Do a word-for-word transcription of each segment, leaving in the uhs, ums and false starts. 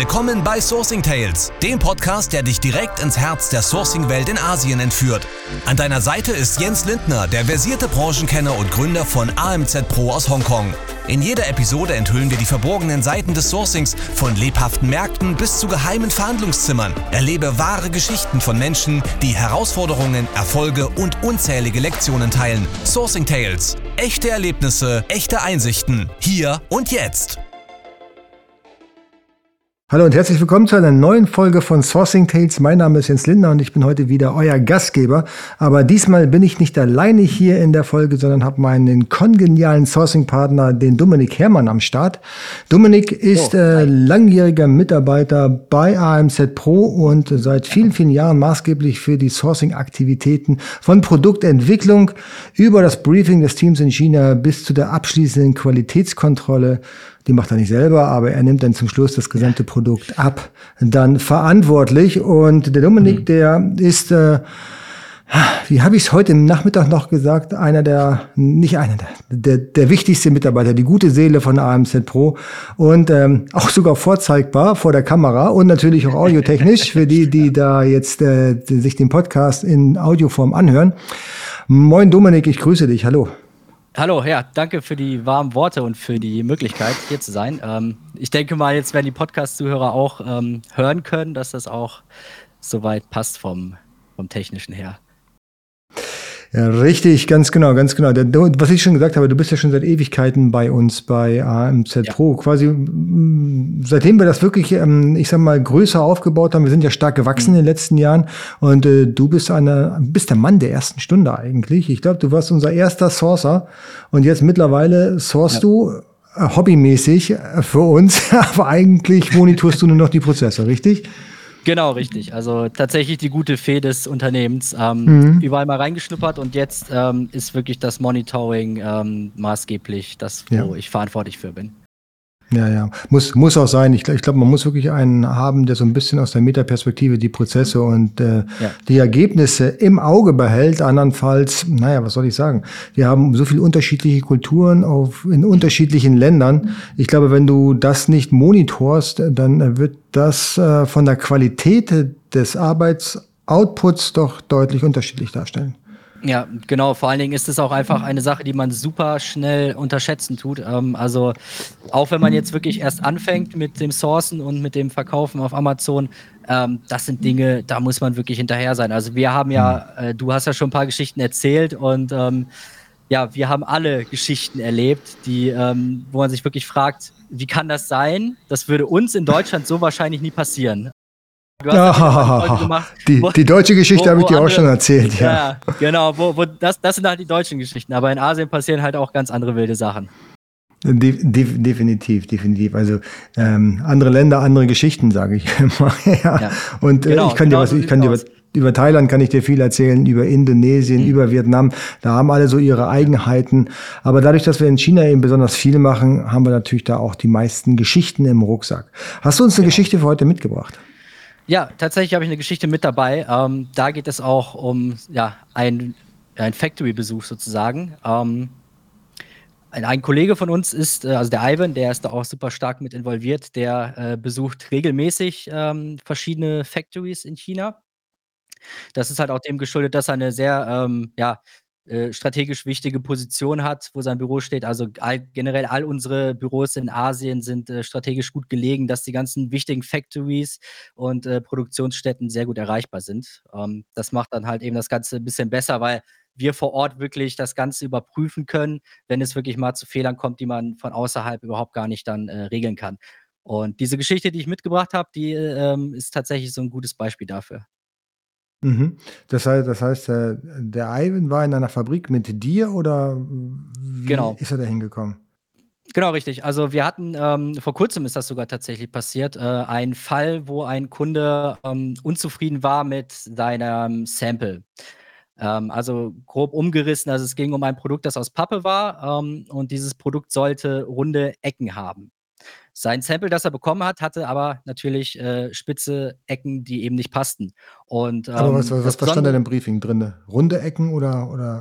Willkommen bei Sourcing Tales, dem Podcast, der dich direkt ins Herz der Sourcing-Welt in Asien entführt. An deiner Seite ist Jens Lindner, der versierte Branchenkenner und Gründer von A M Z Pro aus Hongkong. In jeder Episode enthüllen wir die verborgenen Seiten des Sourcings, von lebhaften Märkten bis zu geheimen Verhandlungszimmern. Erlebe wahre Geschichten von Menschen, die Herausforderungen, Erfolge und unzählige Lektionen teilen. Sourcing Tales. Echte Erlebnisse, echte Einsichten. Hier und jetzt. Hallo und herzlich willkommen zu einer neuen Folge von Sourcing Tales. Mein Name ist Jens Lindner und ich bin heute wieder euer Gastgeber. Aber diesmal bin ich nicht alleine hier in der Folge, sondern habe meinen kongenialen Sourcing-Partner, den Dominik Herrmann, am Start. Dominik ist oh, äh, langjähriger Mitarbeiter bei A M Z Pro und seit vielen, vielen Jahren maßgeblich für die Sourcing-Aktivitäten von Produktentwicklung über das Briefing des Teams in China bis zu der abschließenden Qualitätskontrolle. Die macht er nicht selber, aber er nimmt dann zum Schluss das gesamte Produkt ab, dann verantwortlich. Und der Dominik, mhm. der ist, äh, wie habe ich es heute im Nachmittag noch gesagt, einer der, nicht einer, der, der wichtigste Mitarbeiter, die gute Seele von A M Z Pro und ähm, auch sogar vorzeigbar vor der Kamera und natürlich auch audiotechnisch für die, die da jetzt äh, sich den Podcast in Audioform anhören. Moin Dominik, ich grüße dich, hallo. Hallo, ja, danke für die warmen Worte und für die Möglichkeit, hier zu sein. Ähm, ich denke mal, jetzt werden die Podcast-Zuhörer auch ähm, hören können, dass das auch soweit passt vom, vom Technischen her. Ja, richtig, ganz genau, ganz genau. Der, was ich schon gesagt habe, du bist ja schon seit Ewigkeiten bei uns bei A M Z Pro. Ja. Quasi, seitdem wir das wirklich, ich sag mal, größer aufgebaut haben, wir sind ja stark gewachsen mhm. in den letzten Jahren und äh, du bist einer, bist der Mann der ersten Stunde eigentlich. Ich glaube, du warst unser erster Sourcer und jetzt mittlerweile sourcest ja. du äh, hobbymäßig für uns, aber eigentlich monitorst du nur noch die Prozesse, richtig? Genau, richtig. Also tatsächlich die gute Fee des Unternehmens. Ähm, mhm. Überall mal reingeschnuppert und jetzt ähm, ist wirklich das Monitoring ähm, maßgeblich das, wo ja. ich verantwortlich für bin. Ja, ja. Muss, muss auch sein. Ich glaube, ich glaub, man muss wirklich einen haben, der so ein bisschen aus der Metaperspektive die Prozesse und äh, ja. die Ergebnisse im Auge behält. Andernfalls, naja, was soll ich sagen? Wir haben so viele unterschiedliche Kulturen auf, in unterschiedlichen Ländern. Ich glaube, wenn du das nicht monitorst, dann wird das äh, von der Qualität des Arbeitsoutputs doch deutlich unterschiedlich darstellen. Ja, genau. Vor allen Dingen ist es auch einfach eine Sache, die man super schnell unterschätzen tut. Ähm, also auch wenn man jetzt wirklich erst anfängt mit dem Sourcen und mit dem Verkaufen auf Amazon, ähm, das sind Dinge, da muss man wirklich hinterher sein. Also wir haben ja, äh, du hast ja schon ein paar Geschichten erzählt und ähm, ja, wir haben alle Geschichten erlebt, die, ähm, wo man sich wirklich fragt, wie kann das sein? Das würde uns in Deutschland so wahrscheinlich nie passieren. Du hast ja, gemacht, die, wo, die deutsche Geschichte habe ich dir auch schon erzählt. Ja, ja genau. Wo, wo, das, das sind halt die deutschen Geschichten. Aber in Asien passieren halt auch ganz andere wilde Sachen. De, de, definitiv, definitiv. Also ähm, andere Länder, andere Geschichten, sage ich immer. ja. Ja. Und äh, genau, ich kann genau dir was, ich kann dir was, über Thailand kann ich dir viel erzählen, über Indonesien, mhm. über Vietnam. Da haben alle so ihre Eigenheiten. Aber dadurch, dass wir in China eben besonders viel machen, haben wir natürlich da auch die meisten Geschichten im Rucksack. Hast du uns eine genau. Geschichte für heute mitgebracht? Ja, tatsächlich habe ich eine Geschichte mit dabei. Ähm, da geht es auch um ja, ein, ein Factory-Besuch sozusagen. Ähm, ein, ein Kollege von uns ist, äh, also der Ivan, der ist da auch super stark mit involviert, der äh, besucht regelmäßig ähm, verschiedene Factories in China. Das ist halt auch dem geschuldet, dass er eine sehr ähm, ja, äh, strategisch wichtige Position hat, wo sein Büro steht. Also all, generell all unsere Büros in Asien sind äh, strategisch gut gelegen, dass die ganzen wichtigen Factories und äh, Produktionsstätten sehr gut erreichbar sind. Ähm, das macht dann halt eben das Ganze ein bisschen besser, weil wir vor Ort wirklich das Ganze überprüfen können, wenn es wirklich mal zu Fehlern kommt, die man von außerhalb überhaupt gar nicht dann äh, regeln kann. Und diese Geschichte, die ich mitgebracht habe, die ähm, ist tatsächlich so ein gutes Beispiel dafür. Mhm. Das heißt, das heißt, äh, der Ivan war in einer Fabrik mit dir oder wie Genau. ist er da hingekommen? Genau, richtig. Also wir hatten, ähm, vor kurzem ist das sogar tatsächlich passiert, äh, einen Fall, wo ein Kunde ähm, unzufrieden war mit seinem Sample. Ähm, also grob umgerissen, also es ging um ein Produkt, das aus Pappe war ähm, und dieses Produkt sollte runde Ecken haben. Sein Sample, das er bekommen hat, hatte aber natürlich äh, spitze Ecken, die eben nicht passten. Und Aber was, ähm, was, das was stand da Besondere, im Briefing drin? Runde Ecken oder, oder?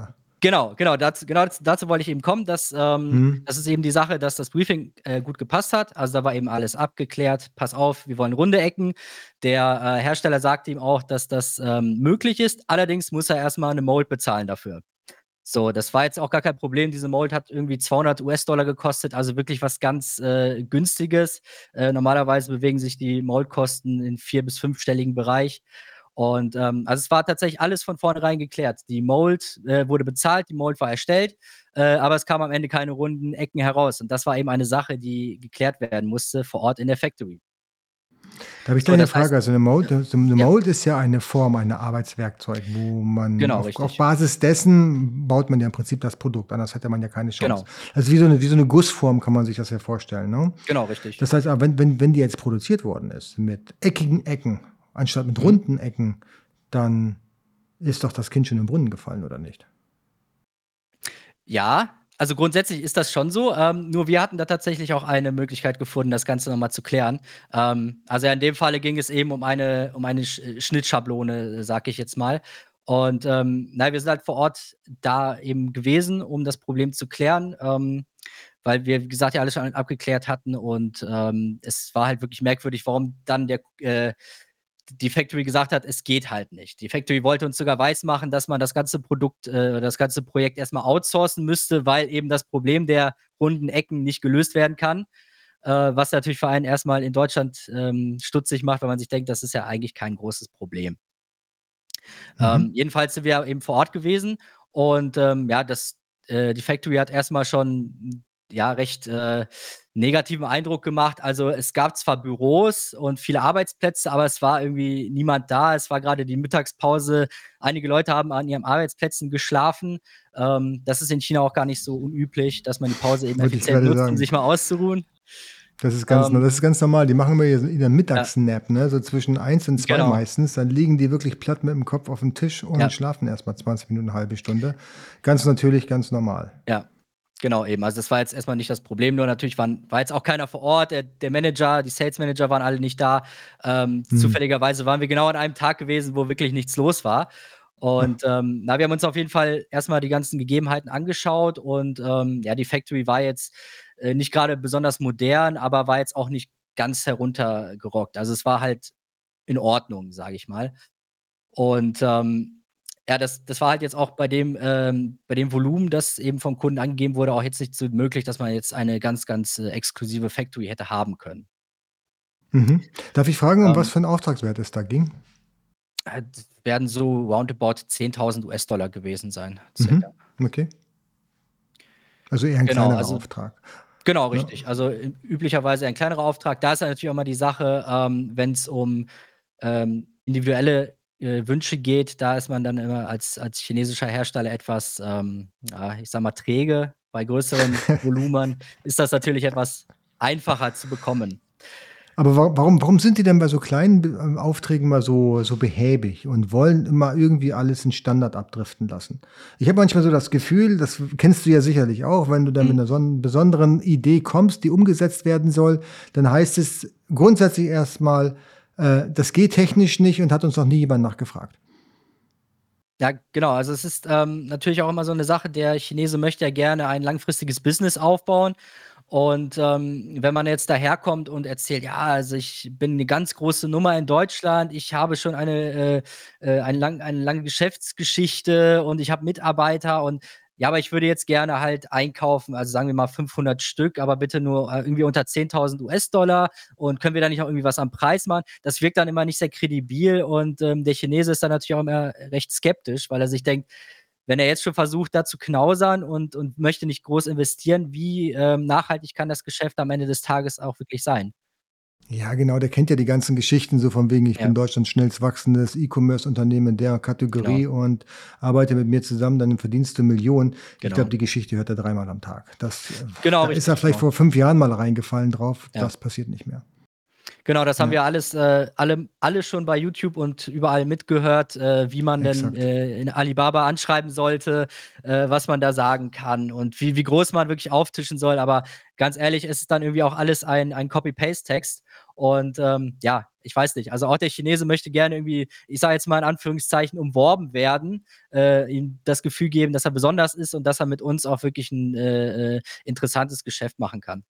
Genau, genau, dazu, genau dazu wollte ich eben kommen, dass ähm, Hm. das ist eben die Sache, dass das Briefing äh, gut gepasst hat. Also da war eben alles abgeklärt. Pass auf, wir wollen runde Ecken. Der äh, Hersteller sagt ihm auch, dass das ähm, möglich ist. Allerdings muss er erstmal eine Mold bezahlen dafür. So, das war jetzt auch gar kein Problem. Diese Mold hat irgendwie zweihundert US-Dollar gekostet, also wirklich was ganz äh, Günstiges. Äh, normalerweise bewegen sich die Moldkosten in vier- bis fünfstelligen Bereich. Und ähm, also es war tatsächlich alles von vornherein geklärt. Die Mold äh, wurde bezahlt, die Mold war erstellt, äh, aber es kam am Ende keine runden Ecken heraus. Und das war eben eine Sache, die geklärt werden musste vor Ort in der Factory. Da habe ich So, gleich eine das heißt, Frage. Also eine Mold, so eine ja, Mold ist ja eine Form, ein Arbeitswerkzeug, wo man genau, auf, auf richtig. Basis dessen baut man ja im Prinzip das Produkt, anders hätte man ja keine Chance. Genau, Also wie so eine, wie so eine Gussform kann man sich das ja vorstellen. Ne? genau, richtig. Das heißt, aber wenn, wenn, wenn die jetzt produziert worden ist mit eckigen Ecken, anstatt mit Mhm. runden Ecken, dann ist doch das Kind schon im Brunnen gefallen, oder nicht? Ja, also grundsätzlich ist das schon so. Ähm, nur wir hatten da tatsächlich auch eine Möglichkeit gefunden, das Ganze nochmal zu klären. Ähm, also in dem Falle ging es eben um eine, um eine Sch Schnittschablone, äh, sag ich jetzt mal. Und ähm, na, wir sind halt vor Ort da eben gewesen, um das Problem zu klären, ähm, weil wir, wie gesagt, ja alles schon abgeklärt hatten. Und ähm, es war halt wirklich merkwürdig, warum dann der äh, die Factory gesagt hat, es geht halt nicht. Die Factory wollte uns sogar weismachen, dass man das ganze Produkt, äh, das ganze Projekt erstmal outsourcen müsste, weil eben das Problem der runden Ecken nicht gelöst werden kann. Äh, was natürlich für einen erstmal in Deutschland ähm, stutzig macht, weil man sich denkt, das ist ja eigentlich kein großes Problem. Mhm. Ähm, jedenfalls sind wir eben vor Ort gewesen und ähm, ja, das, äh, die Factory hat erstmal schon ja recht äh, negativen Eindruck gemacht. Also es gab zwar Büros und viele Arbeitsplätze, aber es war irgendwie niemand da. Es war gerade die Mittagspause. Einige Leute haben an ihren Arbeitsplätzen geschlafen. Ähm, das ist in China auch gar nicht so unüblich, dass man die Pause eben Wollte ich effizient gerade nutzt, um sagen. sich mal auszuruhen. Das ist ganz, Ähm, das ist ganz normal. Die machen immer ihren ihren ja, Mittagsnap, ne? So zwischen eins und zwei genau. meistens. Dann liegen die wirklich platt mit dem Kopf auf dem Tisch und Ja. schlafen erstmal zwanzig Minuten, eine halbe Stunde. Ganz natürlich, ganz normal. Ja, genau eben. Also das war jetzt erstmal nicht das Problem, nur natürlich waren, war jetzt auch keiner vor Ort. Der, der Manager, die Sales Manager waren alle nicht da. Ähm, Hm. zufälligerweise waren wir genau an einem Tag gewesen, wo wirklich nichts los war. Ah, Und ähm, na, wir haben uns auf jeden Fall erstmal die ganzen Gegebenheiten angeschaut und ähm, ja, die Factory war jetzt äh, nicht gerade besonders modern, aber war jetzt auch nicht ganz heruntergerockt. Also es war halt in Ordnung, sage ich mal. Und ähm, ja, das, das war halt jetzt auch bei dem, ähm, bei dem Volumen, das eben vom Kunden angegeben wurde, auch jetzt nicht so möglich, dass man jetzt eine ganz, ganz äh, exklusive Factory hätte haben können. mhm. Darf ich fragen, um was Ähm, für 'n Auftragswert es da ging? äh, das werden so roundabout zehntausend US-Dollar gewesen sein, circa. Mhm. Okay. Also eher ein Genau, kleinerer also Auftrag, genau, ne? richtig. Also ü üblicherweise ein kleinerer Auftrag. Da ist dann natürlich auch mal die Sache, ähm, wenn es um ähm, individuelle äh, Wünsche geht, da ist man dann immer als, als chinesischer Hersteller etwas, ähm, ja, ich sag mal, träge. Bei größeren Volumen ist das natürlich etwas einfacher zu bekommen. Aber wa warum warum sind die denn bei so kleinen b ähm, Aufträgen mal so so behäbig und wollen immer irgendwie alles in Standard abdriften lassen? Ich habe manchmal so das Gefühl, das kennst du ja sicherlich auch, wenn du da mit Mhm. 'ner son besonderen Idee kommst, die umgesetzt werden soll, dann heißt es grundsätzlich erst mal, äh: „Das geht technisch nicht und hat uns noch nie jemand nachgefragt.“ Ja, genau. Also es ist ähm, natürlich auch immer so eine Sache, der Chinese möchte ja gerne ein langfristiges Business aufbauen. Und ähm, wenn man jetzt daherkommt und erzählt, ja, also ich bin eine ganz große Nummer in Deutschland, ich habe schon eine, äh, äh, eine, lang, eine lange Geschäftsgeschichte und ich habe Mitarbeiter und ja, aber ich würde jetzt gerne halt einkaufen, also sagen wir mal fünfhundert Stück, aber bitte nur äh, irgendwie unter zehntausend US-Dollar und können wir da nicht auch irgendwie was am Preis machen? Das wirkt dann immer nicht sehr kredibil und ähm, der Chinese ist dann natürlich auch immer recht skeptisch, weil er sich denkt, wenn er jetzt schon versucht, da zu knausern und, und möchte nicht groß investieren, wie ähm, nachhaltig kann das Geschäft am Ende des Tages auch wirklich sein? Ja, genau, der kennt ja die ganzen Geschichten so von wegen: „Ich bin Ja, Deutschlands schnellst wachsendes E-Commerce-Unternehmen in der genau, Kategorie und arbeite mit mir zusammen, dann verdienst du Millionen.“ Ich glaube, genau. die Geschichte hört er dreimal am Tag. Das, äh Genau, da ist er richtig, vielleicht genau. vor fünf Jahren mal reingefallen drauf. Ja. Das passiert nicht mehr. Genau, das haben Ja. wir alles, äh, alle, alle schon bei YouTube und überall mitgehört, äh, wie man denn Exakt. äh, in Alibaba anschreiben sollte, äh, was man da sagen kann und wie, wie groß man wirklich auftischen soll. Aber ganz ehrlich, es ist dann irgendwie auch alles ein, ein Copy-Paste-Text. Und ähm, ja, ich weiß nicht. Also auch der Chinese möchte gerne irgendwie, ich sage jetzt mal in Anführungszeichen, umworben werden, äh, ihm das Gefühl geben, dass er besonders ist und dass er mit uns auch wirklich ein äh, äh, interessantes Geschäft machen kann.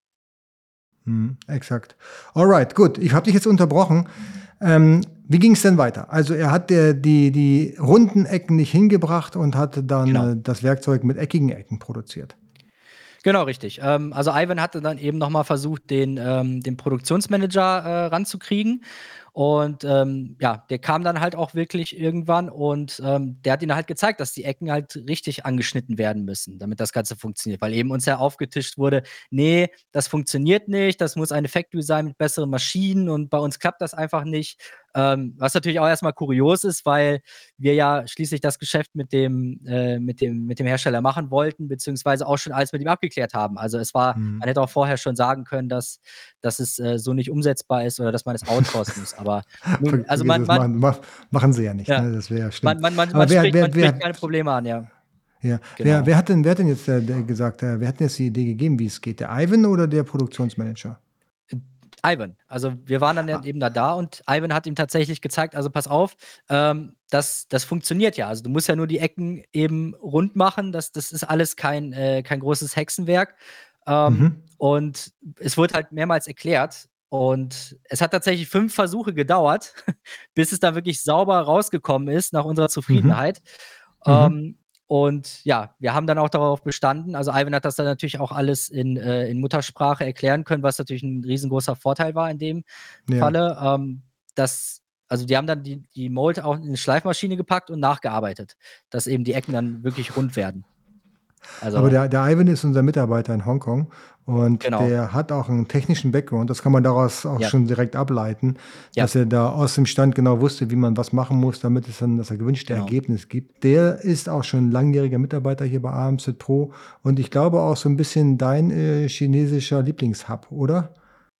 Mhm, exakt. Alright, gut. Ich habe dich jetzt unterbrochen. Ähm, wie ging es denn weiter? Also er hat der, die, die runden Ecken nicht hingebracht und hat dann Genau. äh, das Werkzeug mit eckigen Ecken produziert. Genau, richtig. Ähm, also Ivan hatte dann eben noch mal versucht, den, ähm, den Produktionsmanager äh, ranzukriegen. Und ähm, ja, der kam dann halt auch wirklich irgendwann und ähm, der hat ihnen halt gezeigt, dass die Ecken halt richtig angeschnitten werden müssen, damit das Ganze funktioniert. Weil eben uns ja aufgetischt wurde, nee, das funktioniert nicht, das muss eine Factory sein mit besseren Maschinen und bei uns klappt das einfach nicht. Ähm, was natürlich auch erstmal kurios ist, weil wir ja schließlich das Geschäft mit dem, äh, mit dem, mit dem Hersteller machen wollten, beziehungsweise auch schon alles mit ihm abgeklärt haben. Also es war, Mhm. man hätte auch vorher schon sagen können, dass, dass es äh, so nicht umsetzbar ist oder dass man es outsourcen muss. Aber nun, Ver- also Vergiss man, es, man, machen, mach- machen sie ja nicht. ja, Ne? Das wäre ja schlimm. man, man, man, Aber man wer, spricht, man wer, spricht wer, keine Probleme an, ja. ja, wer, Genau. wer, hat denn, wer hat denn jetzt äh, der gesagt, äh, wer hat denn jetzt die Idee gegeben, wie es geht? Der Ivan oder der Produktionsmanager? Ivan. Also wir waren dann Ah, eben da da und Ivan hat ihm tatsächlich gezeigt, also pass auf, ähm, das, das funktioniert ja. Also du musst ja nur die Ecken eben rund machen. Das, das ist alles kein, äh, kein großes Hexenwerk. Ähm, mhm, und es wurde halt mehrmals erklärt. Und es hat tatsächlich fünf Versuche gedauert, bis es da wirklich sauber rausgekommen ist, nach unserer mhm, Zufriedenheit. mhm. Ähm, und ja, wir haben dann auch darauf bestanden. Also Ivan hat das dann natürlich auch alles in, äh, in Muttersprache erklären können, was natürlich ein riesengroßer Vorteil war in dem Ja. Falle. Ähm, dass, also die haben dann die, die Mold auch in eine Schleifmaschine gepackt und nachgearbeitet, dass eben die Ecken dann wirklich rund werden. Aber Also, der, der Ivan ist unser Mitarbeiter in Hongkong und genau. der hat auch einen technischen Background. Das kann man daraus auch Ja, schon direkt ableiten, ja, dass er da aus dem Stand genau wusste, wie man was machen muss, damit es dann das gewünschte genau. Ergebnis gibt. Der ist auch schon langjähriger Mitarbeiter hier bei A M Z Pro und ich glaube auch so ein bisschen dein äh, chinesischer Lieblingshub, oder?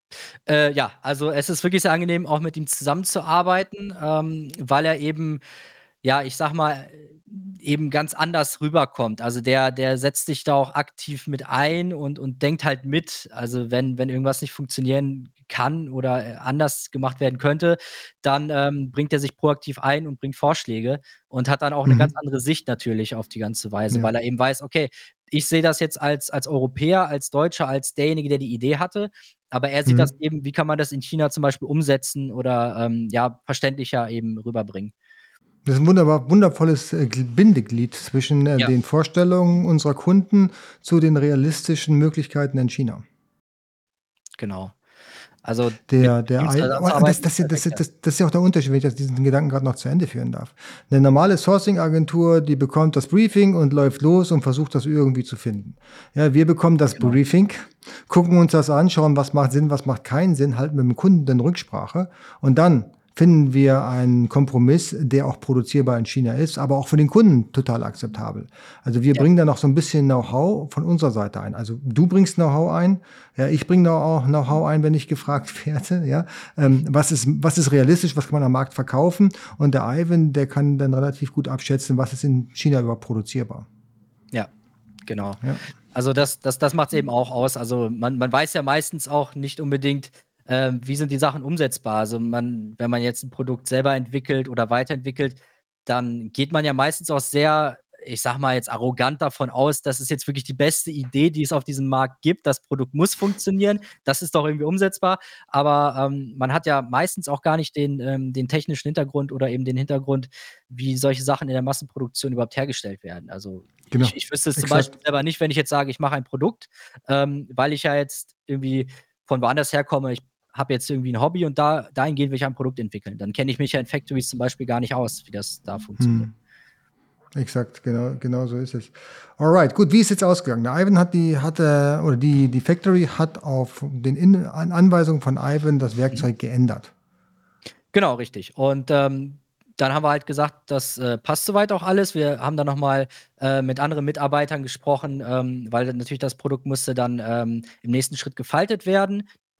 Äh, ja, also es ist wirklich sehr angenehm, auch mit ihm zusammenzuarbeiten, ähm, weil er eben, ja, ich sag mal, eben ganz anders rüberkommt. Also der, der setzt sich da auch aktiv mit ein und, und denkt halt mit. Also wenn, wenn irgendwas nicht funktionieren kann oder äh, anders gemacht werden könnte, dann ähm, bringt er sich proaktiv ein und bringt Vorschläge und hat dann auch eine ganz Mhm. andere Sicht natürlich auf die ganze Weise, Ja. weil er eben weiß, okay, ich sehe das jetzt als, als Europäer, als Deutscher, als derjenige, der die Idee hatte. Aber er sieht das Mhm. eben, wie kann man das in China zum Beispiel umsetzen oder ähm, ja, verständlicher eben rüberbringen. Das ist ein wunderbar, wundervolles äh, Gl- Bindeglied zwischen äh, Ja, den Vorstellungen unserer Kunden zu den realistischen Möglichkeiten in China. genau. Also mit Der, der, ihm Ei- aber das, zusammenzuarbeiten das, ist das, perfekt, das, ja. das, das ist ja auch der Unterschied, wenn ich das, diesen Gedanken gerade noch zu Ende führen darf. Eine normale Sourcing-Agentur, die bekommt das Briefing und läuft los und versucht das irgendwie zu finden. Ja, wir bekommen das Genau. Briefing, gucken uns das an, schauen, was macht Sinn, was macht keinen Sinn, halten mit dem Kunden dann Rücksprache und dann finden wir einen Kompromiss, der auch produzierbar in China ist, aber auch für den Kunden total akzeptabel. Also wir Ja, bringen da noch so ein bisschen Know-how von unserer Seite ein. Also du bringst Know-how ein, ja, ich bringe auch Know-how ein, wenn ich gefragt werde, ja. Ähm, was ist, was ist realistisch, was kann man am Markt verkaufen? Und der Ivan, der kann dann relativ gut abschätzen, was ist in China überhaupt produzierbar. ja, genau. Ja. Also das, das, das macht es eben auch aus. Also man, man weiß ja meistens auch nicht unbedingt, ähm, wie sind die Sachen umsetzbar. Also man, wenn man jetzt ein Produkt selber entwickelt oder weiterentwickelt, dann geht man ja meistens auch sehr, ich sag mal jetzt arrogant davon aus, das ist jetzt wirklich die beste Idee, die es auf diesem Markt gibt. Das Produkt muss funktionieren, das ist doch irgendwie umsetzbar. Aber ähm, man hat ja meistens auch gar nicht den, ähm, den technischen Hintergrund oder eben den Hintergrund, wie solche Sachen in der Massenproduktion überhaupt hergestellt werden. Also Genau, ich, ich wüsste es zum Beispiel exakt. selber nicht, wenn ich jetzt sage, ich mache ein Produkt, ähm, weil ich ja jetzt irgendwie von woanders herkomme. Ich habe jetzt irgendwie ein Hobby und da dahingehend will ich ein Produkt entwickeln. Dann kenne ich mich ja in Factories zum Beispiel gar nicht aus, wie das da funktioniert. Hm. Exakt, genau, genau so ist es. Alright, gut, wie ist jetzt ausgegangen? Der Ivan hat die, hatte, oder die, die Factory hat auf den In An Anweisungen von Ivan das Werkzeug geändert. Genau, richtig. Und ähm, dann haben wir halt gesagt, das äh, passt soweit auch alles. Wir haben dann nochmal äh, mit anderen Mitarbeitern gesprochen, ähm, weil natürlich das Produkt musste dann ähm, im nächsten Schritt gefaltet werden.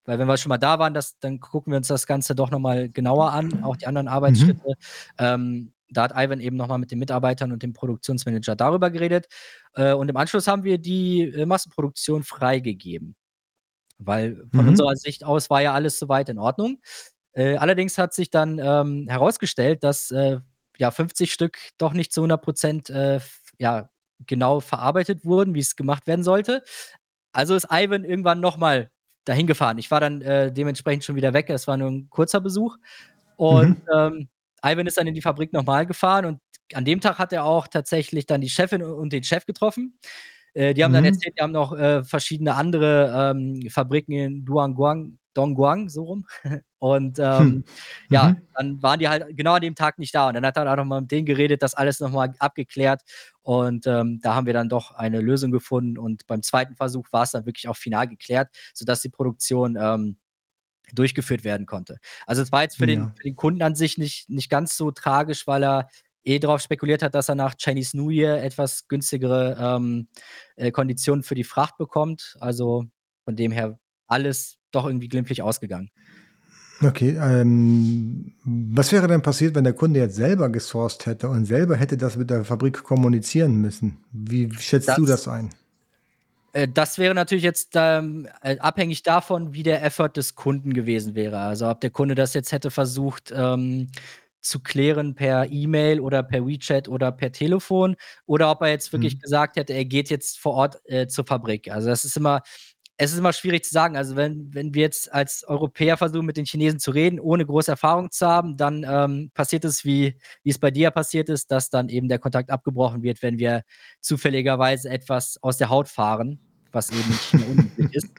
weil wenn wir schon mal da waren, das, dann gucken wir uns das Ganze doch nochmal genauer an, auch die anderen Arbeitsschritte. Mhm. Ähm, da hat Ivan eben nochmal mit den Mitarbeitern und dem Produktionsmanager darüber geredet. Äh, und im Anschluss haben wir die äh, Massenproduktion freigegeben. Weil von mhm. unserer Sicht aus war ja alles soweit in Ordnung. Äh, allerdings hat sich dann ähm, herausgestellt, dass äh, ja, fünfzig Stück doch nicht zu hundert Prozent äh, ja, genau verarbeitet wurden, wie es gemacht werden sollte. Also ist Ivan irgendwann nochmal dahin gefahren. Ich war dann äh, dementsprechend schon wieder weg. Es war nur ein kurzer Besuch. Und mhm. ähm, Ivan ist dann in die Fabrik nochmal gefahren. Und an dem Tag hat er auch tatsächlich dann die Chefin und den Chef getroffen. Äh, die haben mhm. dann erzählt, die haben noch äh, verschiedene andere ähm, Fabriken in Duanguang, Dongguan, so rum. Und ähm, hm. ja, mhm. dann waren die halt genau an dem Tag nicht da. Und dann hat er auch nochmal mit denen geredet, das alles nochmal abgeklärt. Und ähm, da haben wir dann doch eine Lösung gefunden. Und beim zweiten Versuch war es dann wirklich auch final geklärt, sodass die Produktion ähm, durchgeführt werden konnte. Also es war jetzt für, ja. den, für den Kunden an sich nicht, nicht ganz so tragisch, weil er eh darauf spekuliert hat, dass er nach Chinese New Year etwas günstigere ähm, äh, Konditionen für die Fracht bekommt. Also von dem her alles doch irgendwie glimpflich ausgegangen. Okay, ähm, was wäre denn passiert, wenn der Kunde jetzt selber gesourced hätte und selber hätte das mit der Fabrik kommunizieren müssen? Wie schätzt das, du das ein? Äh, das wäre natürlich jetzt ähm, abhängig davon, wie der Effort des Kunden gewesen wäre. Also ob der Kunde das jetzt hätte versucht ähm, zu klären per E-Mail oder per WeChat oder per Telefon oder ob er jetzt wirklich hm. gesagt hätte, er geht jetzt vor Ort äh, zur Fabrik. Also das ist immer Es ist immer schwierig zu sagen. Also wenn, wenn wir jetzt als Europäer versuchen, mit den Chinesen zu reden, ohne große Erfahrung zu haben, dann ähm, passiert es, wie, wie es bei dir passiert ist, dass dann eben der Kontakt abgebrochen wird, wenn wir zufälligerweise etwas aus der Haut fahren, was eben in China unüblich ist.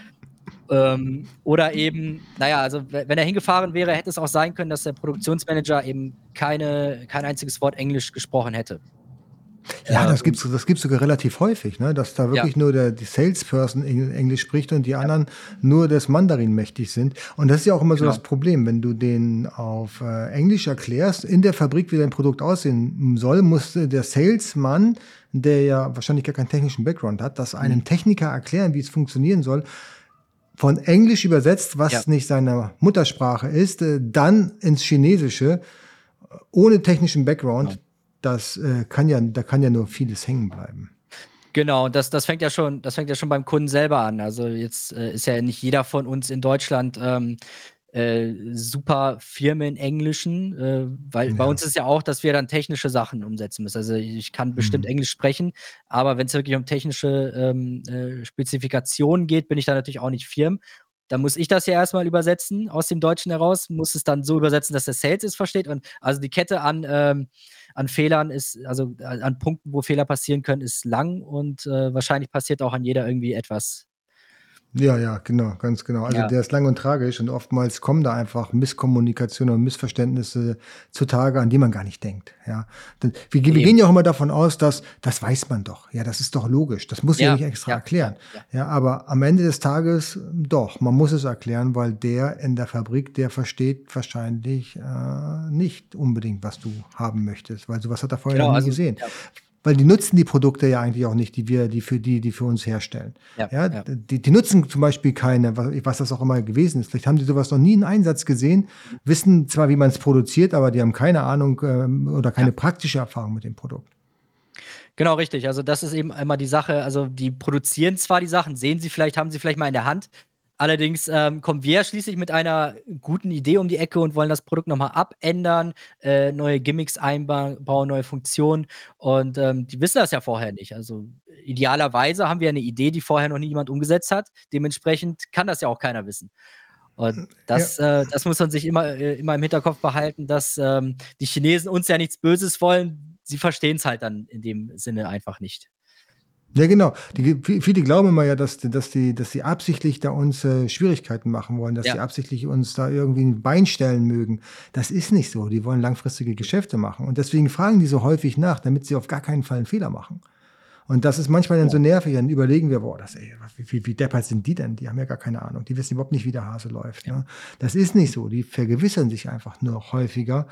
Ähm, oder eben, naja, also wenn er hingefahren wäre, hätte es auch sein können, dass der Produktionsmanager eben keine, kein einziges Wort Englisch gesprochen hätte. Ja, das gibt's, das gibt's sogar relativ häufig, ne? Dass da wirklich ja. nur der die Salesperson Englisch spricht und die anderen ja. nur des Mandarin mächtig sind. Und das ist ja auch immer genau. so das Problem, wenn du den auf äh, Englisch erklärst, in der Fabrik, wie dein Produkt aussehen soll, muss der Salesman, der ja wahrscheinlich gar keinen technischen Background hat, das einem mhm. Techniker erklären, wie es funktionieren soll, von Englisch übersetzt, was ja. nicht seine Muttersprache ist, äh, dann ins Chinesische, ohne technischen Background. Genau. Das äh, kann ja, da kann ja nur vieles hängen bleiben. Genau, das, das fängt ja schon, das fängt ja schon beim Kunden selber an. Also jetzt äh, ist ja nicht jeder von uns in Deutschland ähm, äh, super Firmen in Englischen, äh, weil ja. bei uns ist ja auch, dass wir dann technische Sachen umsetzen müssen. Also ich kann bestimmt mhm. Englisch sprechen, aber wenn es wirklich um technische ähm, äh, Spezifikationen geht, bin ich da natürlich auch nicht firm. Da muss ich das ja erstmal übersetzen aus dem Deutschen heraus, muss es dann so übersetzen, dass der Sales es versteht. Und also die Kette an ähm, an Fehlern ist, also an Punkten, wo Fehler passieren können, ist lang und äh, wahrscheinlich passiert auch an jeder irgendwie etwas. Ja, ja, genau, ganz genau. Also ja. der ist lang und tragisch und oftmals kommen da einfach Misskommunikationen und Missverständnisse zutage, an die man gar nicht denkt. Ja, wir, wir gehen ja auch immer davon aus, dass das weiß man doch. Ja, das ist doch logisch. Das muss ja, ja nicht extra ja, erklären. Ja, ja. ja, aber am Ende des Tages doch, man muss es erklären, weil der in der Fabrik, der versteht wahrscheinlich äh, nicht unbedingt, was du haben möchtest, weil sowas hat er vorher genau, noch nie also, gesehen. Ja. Weil die nutzen die Produkte ja eigentlich auch nicht, die wir, die für die, die für uns herstellen. Ja, ja, ja. Die, die nutzen zum Beispiel keine, was, was das auch immer gewesen ist. Vielleicht haben die sowas noch nie in Einsatz gesehen, wissen zwar, wie man es produziert, aber die haben keine Ahnung ähm, oder keine ja. praktische Erfahrung mit dem Produkt. Genau, richtig. Also das ist eben immer die Sache. Also die produzieren zwar die Sachen, sehen sie vielleicht, haben sie vielleicht mal in der Hand. Allerdings ähm, kommen wir schließlich mit einer guten Idee um die Ecke und wollen das Produkt nochmal abändern, äh, neue Gimmicks einbauen, neue Funktionen. Und ähm, die wissen das ja vorher nicht. Also idealerweise haben wir eine Idee, die vorher noch nie jemand umgesetzt hat. Dementsprechend kann das ja auch keiner wissen. Und das, ja. äh, das muss man sich immer, äh, immer im Hinterkopf behalten, dass ähm, die Chinesen uns ja nichts Böses wollen. Sie verstehen es halt dann in dem Sinne einfach nicht. Ja, genau. Die, viele glauben immer ja, dass, dass, die, dass die absichtlich da uns äh, Schwierigkeiten machen wollen, dass ja. die absichtlich uns da irgendwie ein Bein stellen mögen. Das ist nicht so. Die wollen langfristige Geschäfte machen. Und deswegen fragen die so häufig nach, damit sie auf gar keinen Fall einen Fehler machen. Und das ist manchmal dann so nervig. Dann überlegen wir, boah, das, ey, wie, wie, wie deppert sind die denn? Die haben ja gar keine Ahnung. Die wissen überhaupt nicht, wie der Hase läuft. Ja. Ne? Das ist nicht so. Die vergewissern sich einfach nur häufiger,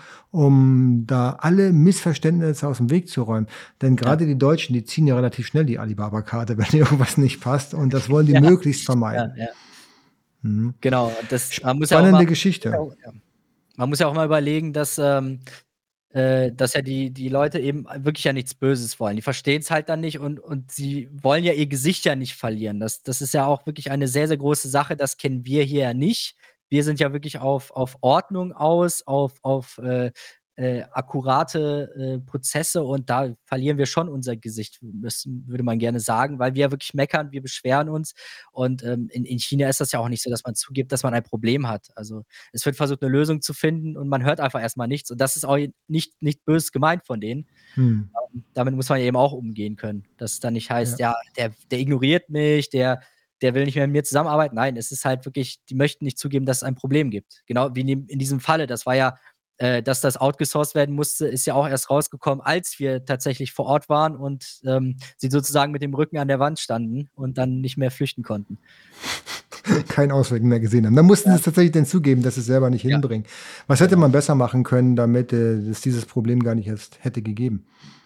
um da alle Missverständnisse aus dem Weg zu räumen. Denn gerade ja. die Deutschen, die ziehen ja relativ schnell die Alibaba-Karte, wenn irgendwas nicht passt. Und das wollen die ja. möglichst vermeiden. Ja, ja. Mhm. Genau, das man muss ja auch Spannende mal Geschichte. ja, man muss ja auch mal überlegen, dass, ähm, äh dass ja die die Leute eben wirklich ja nichts Böses wollen. Die verstehen's halt dann nicht und und sie wollen ja ihr Gesicht ja nicht verlieren. Das das ist ja auch wirklich eine sehr, sehr große Sache. Das kennen wir hier ja nicht. Wir sind ja wirklich auf auf Ordnung aus, auf auf, äh, äh, akkurate, äh, Prozesse und da verlieren wir schon unser Gesicht, müssen würde man gerne sagen, weil wir ja wirklich meckern, wir beschweren uns und, ähm, in in China ist das ja auch nicht so, dass man zugibt, dass man ein Problem hat. Also, es wird versucht, 'ne Lösung zu finden und man hört einfach erst mal nichts und das ist auch nicht nicht böse gemeint von denen. Mhm. Ähm, damit muss man eben auch umgehen können, dass es dann nicht heißt: Ja. „Ja, der der ignoriert mich, der der will nicht mehr mit mir zusammenarbeiten.“ Nein, es ist halt wirklich die möchten nicht zugeben, dass es ein Problem gibt. Genau wie in dem in diesem Falle. Das war ja äh, dass das outgesourced werden musste, ist ja auch erst rausgekommen, als wir tatsächlich vor Ort waren und, ähm, sie sozusagen mit dem Rücken an der Wand standen und dann nicht mehr flüchten konnten. Keinen Ausweg mehr gesehen haben. Dann mussten Ja. sie's tatsächlich dann zugeben, dass sie's selber nicht Ja. hinbringen. Was hätte Genau. man besser machen können, damit, äh, es dieses Problem gar nicht erst hätte gegeben?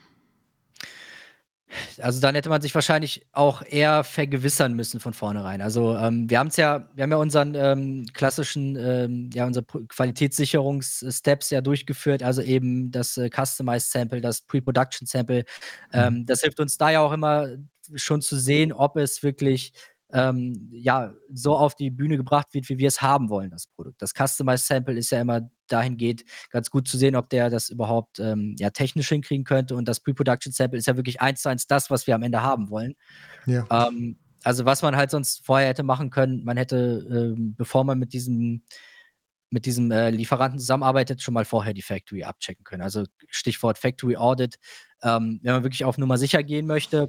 Also, dann hätte man sich wahrscheinlich auch eher vergewissern müssen von vornherein. Also, ähm, wir haben's ja wir haben ja unseren, ähm, klassischen, ähm ja, unsere P Qualitätssicherungs-Steps ja durchgeführt, also eben das, äh, Customized Sample, das Pre-Production Sample. Mhm. Ähm, das hilft uns da ja auch immer schon zu sehen, ob es wirklich, ähm, ja, so auf die Bühne gebracht wird, wie wir es haben wollen, das Produkt. Das Customized Sample ist ja immer dahingehend ganz gut zu sehen, ob der das überhaupt, ähm, ja, technisch hinkriegen könnte und das Pre-Production Sample ist ja wirklich eins zu eins das, was wir am Ende haben wollen. Ja. Ähm, also, was man halt sonst vorher hätte machen können, man hätte, ähm, bevor man mit diesem mit diesem, äh, Lieferanten zusammenarbeitet, schon mal vorher die Factory abchecken können. Also, Stichwort Factory Audit. Ähm, wenn man wirklich auf Nummer sicher gehen möchte,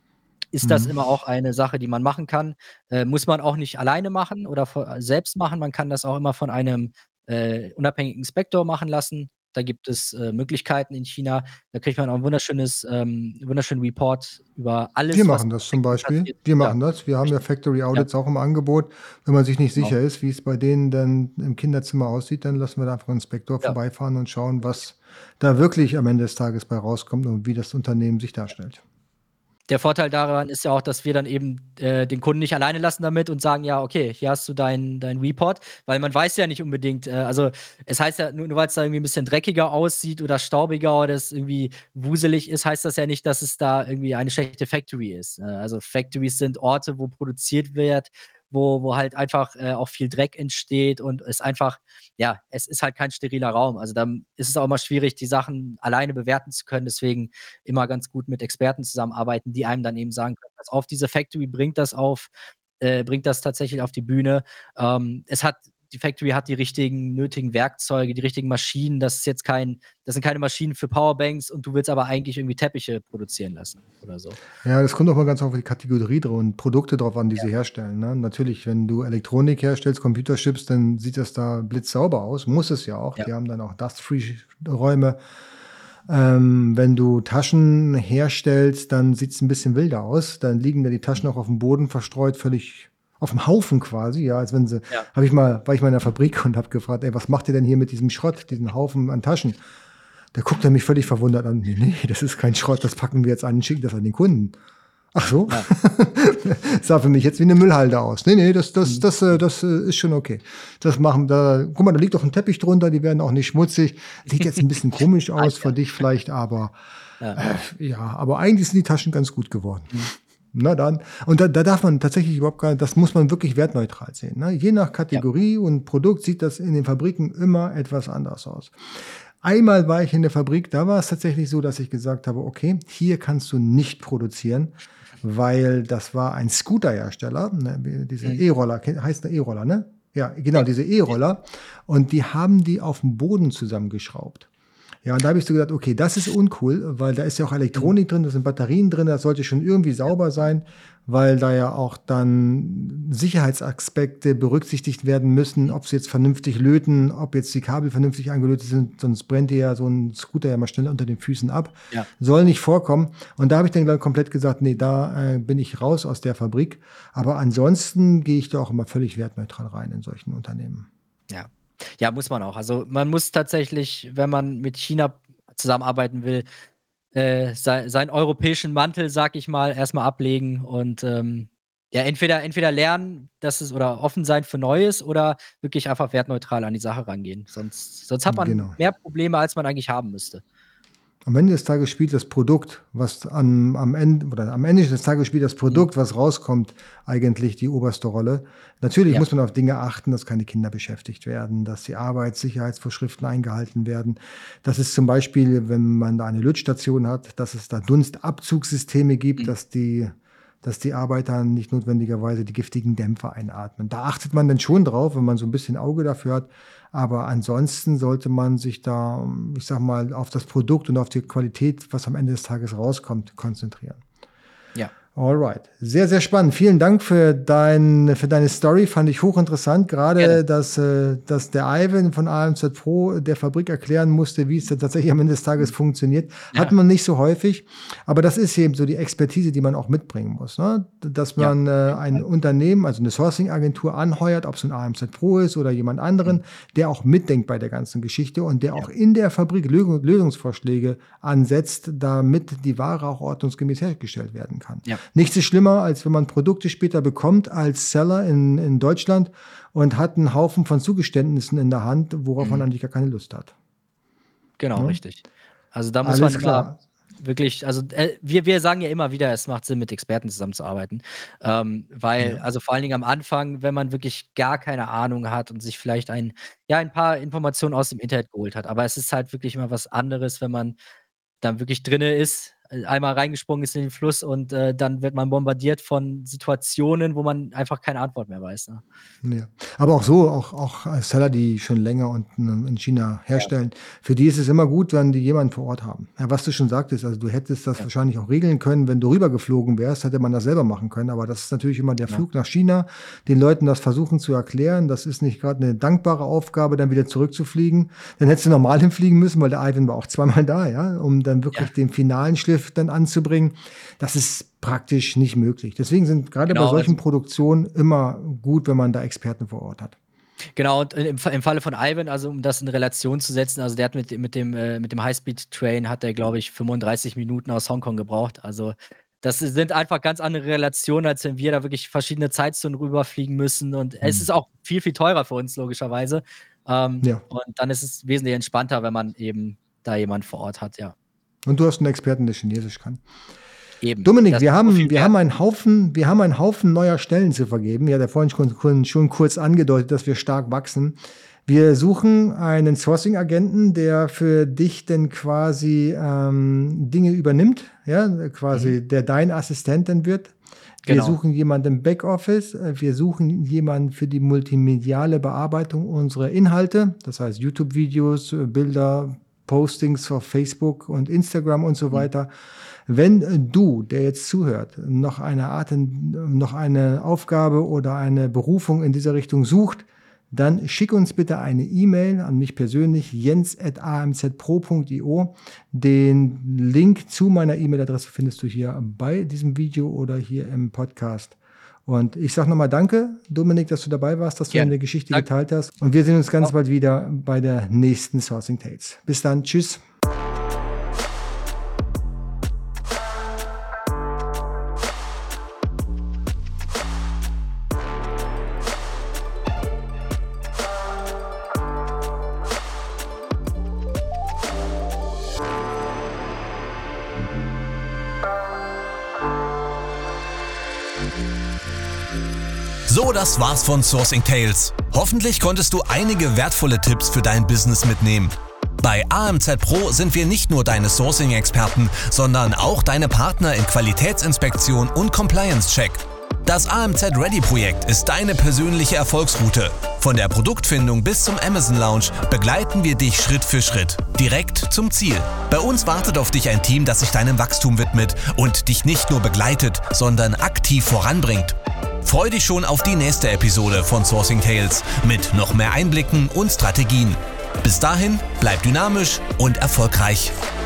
ist das Mhm. immer auch eine Sache, die man machen kann. Äh, muss man auch nicht alleine machen oder vo selbst machen. Man kann das auch immer von einem, äh, unabhängigen Inspektor machen lassen. Da gibt es, äh, Möglichkeiten in China. Da kriegt man auch 'n wunderschönes ähm, wunderschönen Report über Wir alles, was machen in der das zum Factory Beispiel. passiert. Wir Ja, machen das. Wir haben ja richtig. Factory Ja. Audits auch im Angebot. Wenn man sich nicht Genau. sicher ist, wie's bei denen dann im Kinderzimmer aussieht, dann lassen wir da einfach 'n Inspektor Ja. vorbeifahren und schauen, was da wirklich am Ende des Tages bei rauskommt und wie das Unternehmen sich Ja. darstellt. Der Vorteil daran ist ja auch, dass wir dann eben, äh, den Kunden nicht alleine lassen damit und sagen: „Ja, okay, hier hast du deinen deinen Report.“ Weil man weiß ja nicht unbedingt äh, also, es heißt ja, nur nur weil's da irgendwie 'n bisschen dreckiger aussieht oder staubiger oder es irgendwie wuselig ist, heißt das ja nicht, dass es da irgendwie eine schlechte Factory ist. Äh, also, Factories sind Orte, wo produziert wird, wo wo halt einfach, äh, auch viel Dreck entsteht und es einfach ja, es ist halt kein steriler Raum. Also, dann ist es auch immer schwierig, die Sachen alleine bewerten zu können. Deswegen immer ganz gut mit Experten zusammenarbeiten, die einem dann eben sagen können: „Pass auf, diese Factory bringt das auf äh, bringt das tatsächlich auf die Bühne. Ähm, es hat die Factory hat die richtigen nötigen Werkzeuge, die richtigen Maschinen. Das ist jetzt kein das sind keine Maschinen für Powerbanks und du willst aber eigentlich irgendwie Teppiche produzieren lassen oder so.“ Ja, das kommt auch mal ganz auf die Kategorie dr und Produkte drauf an, die Ja. sie herstellen, ne? Natürlich, wenn du Elektronik herstellst, Computerchips, dann sieht das da blitzsauber aus, muss es ja auch. Ja. Die haben dann auch Dust-Free Räume. Ähm, wenn du Taschen herstellst, dann sieht's 'n bisschen wilder aus. Dann liegen da die Taschen auch aufm Boden verstreut, völlig aufm Haufen quasi, ja, als wenn sie Ja. habe ich mal war ich mal in der Fabrik und habe gefragt: „Ey, was macht ihr denn hier mit diesem Schrott, diesen Haufen an Taschen?“ Da guckt er mich völlig verwundert an: „Ne, ne, das ist kein Schrott, das packen wir jetzt ein und schicken das an den Kunden.“ Ach so? Ja. Sah für mich jetzt wie 'ne Müllhalde aus. „Ne, ne, das das Mhm. das, äh das, äh, ist schon okay. Das machen da guck mal, da liegt doch 'n Teppich drunter, die werden auch nicht schmutzig. Sieht jetzt 'n bisschen komisch Ah, aus für ja. dich vielleicht, aber, Ja. äh, ja, aber eigentlich sind die Taschen ganz gut geworden.“ Mhm. Na dann. Und da da darf man tatsächlich überhaupt gar das muss man wirklich wertneutral sehen, ne? Je nach Ja. Kategorie und Produkt sieht das in den Fabriken immer etwas anders aus. Einmal war ich in der Fabrik, da war es tatsächlich so, dass ich gesagt habe: „Okay, hier kannst du nicht produzieren“, weil das war ein Scooterhersteller, ne, wie diese Mhm. E-Roller, ken heißt der E-Roller, ne? Ja, genau, Ja. diese Ja. E-Roller. Und die haben die aufm Boden zusammengeschraubt. Ja, und da habe ich so gedacht: „Okay, das ist uncool“, weil da ist ja auch Mhm. Elektronik drin, da sind Batterien drin, das sollte schon irgendwie Ja. sauber sein, weil da ja auch dann Sicherheitsaspekte berücksichtigt werden müssen, Mhm. ob sie jetzt vernünftig löten, ob jetzt die Kabel vernünftig angelötet sind, sonst brennt dir ja so 'n Scooter ja mal schnell unter den Füßen ab. Ja. Soll nicht vorkommen. Und da habe ich dann gleich komplett gesagt: „Ne, da, äh, bin ich raus aus der Fabrik.“ Aber ansonsten gehe ich da auch immer völlig wertneutral rein in solchen Unternehmen. Ja. Ja, muss man auch. Also, man muss tatsächlich, wenn man mit China zusammenarbeiten will, äh, sei seinen europäischen Mantel, sage ich mal, erst mal ablegen und, ähm Ja, entweder, entweder lernen, dass es oder offen sein für Neues oder wirklich einfach wertneutral an die Sache rangehen. Sonst, sonst hat man Genau. mehr Probleme, als man eigentlich haben müsste. Am Ende des Tages spielt das Produkt, was am, am Ende oder am Ende des Tages spielt das Produkt, was rauskommt, eigentlich die oberste Rolle. Natürlich Ja. muss man auf Dinge achten, dass keine Kinder beschäftigt werden, dass die Arbeitssicherheitsvorschriften eingehalten werden. Das ist zum Beispiel, wenn man da eine Lötstation hat, dass es da Dunstabzugssysteme gibt, Mhm. dass die dass die Arbeiter nicht notwendigerweise die giftigen Dämpfe einatmen. Da achtet man dann schon drauf, wenn man so ein bisschen Auge dafür hat. Aber ansonsten sollte man sich da, ich sag mal, auf das Produkt und auf die Qualität, was am Ende des Tages rauskommt, konzentrieren. Ja. Alright. Sehr, sehr spannend. Vielen Dank für, dein, für deine Story. Fand ich hochinteressant. Gerade, Gerne. dass, äh, dass der Ivan von A M Z Pro der Fabrik erklären musste, wie es dann tatsächlich am Ende des Tages funktioniert. Hat Ja. man nicht so häufig. Aber das ist eben so die Expertise, die man auch mitbringen muss. Ne? Dass Ja. man äh, ein Unternehmen, also eine Sourcing-Agentur anheuert, ob es ein A M Z Pro ist oder jemand anderen, der auch mitdenkt bei der ganzen Geschichte und der auch in der Fabrik Lö- Lösungsvorschläge ansetzt, damit die Ware auch ordnungsgemäß hergestellt werden kann. Ja. Nichts ist schlimmer, als wenn man Produkte später bekommt als Seller in, in Deutschland und hat einen Haufen von Zugeständnissen in der Hand, worauf man eigentlich gar keine Lust hat. Genau, Ja. richtig. Also da muss Alles man klar. immer wirklich, also äh, wir, wir sagen ja immer wieder, es macht Sinn, mit Experten zusammenzuarbeiten. Ähm, weil, Ja. also vor allen Dingen am Anfang, wenn man wirklich gar keine Ahnung hat und sich vielleicht ein, ja, ein paar Informationen aus dem Internet geholt hat. Aber es ist halt wirklich immer was anderes, wenn man dann wirklich drinne ist, äh, einmal reingesprungen ist in den Fluss und äh, dann wird man bombardiert von Situationen, wo man einfach keine Antwort mehr weiß. Ne? Ja. Aber auch so, auch, auch äh, Seller, die schon länger unten in China herstellen, für die ist es immer gut, wenn die jemanden vor Ort haben. Ja, was du schon sagtest, also du hättest das Ja. wahrscheinlich auch regeln können, wenn du rübergeflogen wärst, hätte man das selber machen können. Aber das ist natürlich immer der Ja. Flug nach China, den Leuten das versuchen zu erklären. Das ist nicht gerade eine dankbare Aufgabe, dann wieder zurückzufliegen. Dann hättest du normal hinfliegen müssen, weil der Ivan war auch zweimal da, ja, um dann wirklich Ja. den finalen Schliff dann anzubringen. Das ist praktisch nicht möglich. Deswegen sind gerade Genau, bei solchen also- Produktionen immer gut, wenn man da Experten vor Ort hat. Genau, und im, Fa- im Falle von Ivan, also um das in Relation zu setzen, also der hat mit, dem- mit dem, äh, mit dem Highspeed-Train hat er, glaube ich, fünfunddreißig Minuten aus Hongkong gebraucht. Also das sind einfach ganz andere Relationen, als wenn wir da wirklich verschiedene Zeitzonen rüberfliegen müssen. Und es ist auch viel, viel teurer für uns, logischerweise. Ähm, Ja. Und dann ist es wesentlich entspannter, wenn man eben da jemanden vor Ort hat, ja. Und du hast einen Experten, der Chinesisch kann. Eben. Dominik, Das wir ist so haben, viel wir wert. haben einen Haufen, wir haben einen Haufen neuer Stellen zu vergeben. Ja, der vorhin schon, schon kurz angedeutet, dass wir stark wachsen. Wir suchen einen Sourcing-Agenten, der für dich denn quasi ähm, Dinge übernimmt, ja, quasi, der dein Assistent dann wird. Wir Genau. suchen jemanden im Backoffice. äh, Wir suchen jemanden für die multimediale Bearbeitung unserer Inhalte. Das heißt YouTube-Videos, äh, Bilder, Postings auf Facebook und Instagram und so weiter. Wenn äh, du, der jetzt zuhört, noch eine Art, noch eine Aufgabe oder eine Berufung in dieser Richtung sucht, dann schick uns bitte eine E-Mail an mich persönlich, jens at a m z pro punkt i o. Den Link zu meiner E-Mail-Adresse findest du hier bei diesem Video oder hier im Podcast. Und ich sage nochmal danke, Dominik, dass du dabei warst, dass du Gerne. deine Geschichte Danke. geteilt hast. Und wir sehen uns ganz Ja. bald wieder bei der nächsten Sourcing Tales. Bis dann, tschüss. So, das war's von Sourcing Tales. Hoffentlich konntest du einige wertvolle Tipps für dein Business mitnehmen. Bei A M Z Pro sind wir nicht nur deine Sourcing-Experten, sondern auch deine Partner in Qualitätsinspektion und Compliance-Check. Das A M Z Ready-Projekt ist deine persönliche Erfolgsroute. Von der Produktfindung bis zum Amazon Lounge begleiten wir dich Schritt für Schritt, direkt zum Ziel. Bei uns wartet auf dich ein Team, das sich deinem Wachstum widmet und dich nicht nur begleitet, sondern aktiv voranbringt. Freu dich schon auf die nächste Episode von Sourcing Tales mit noch mehr Einblicken und Strategien. Bis dahin, bleib dynamisch und erfolgreich.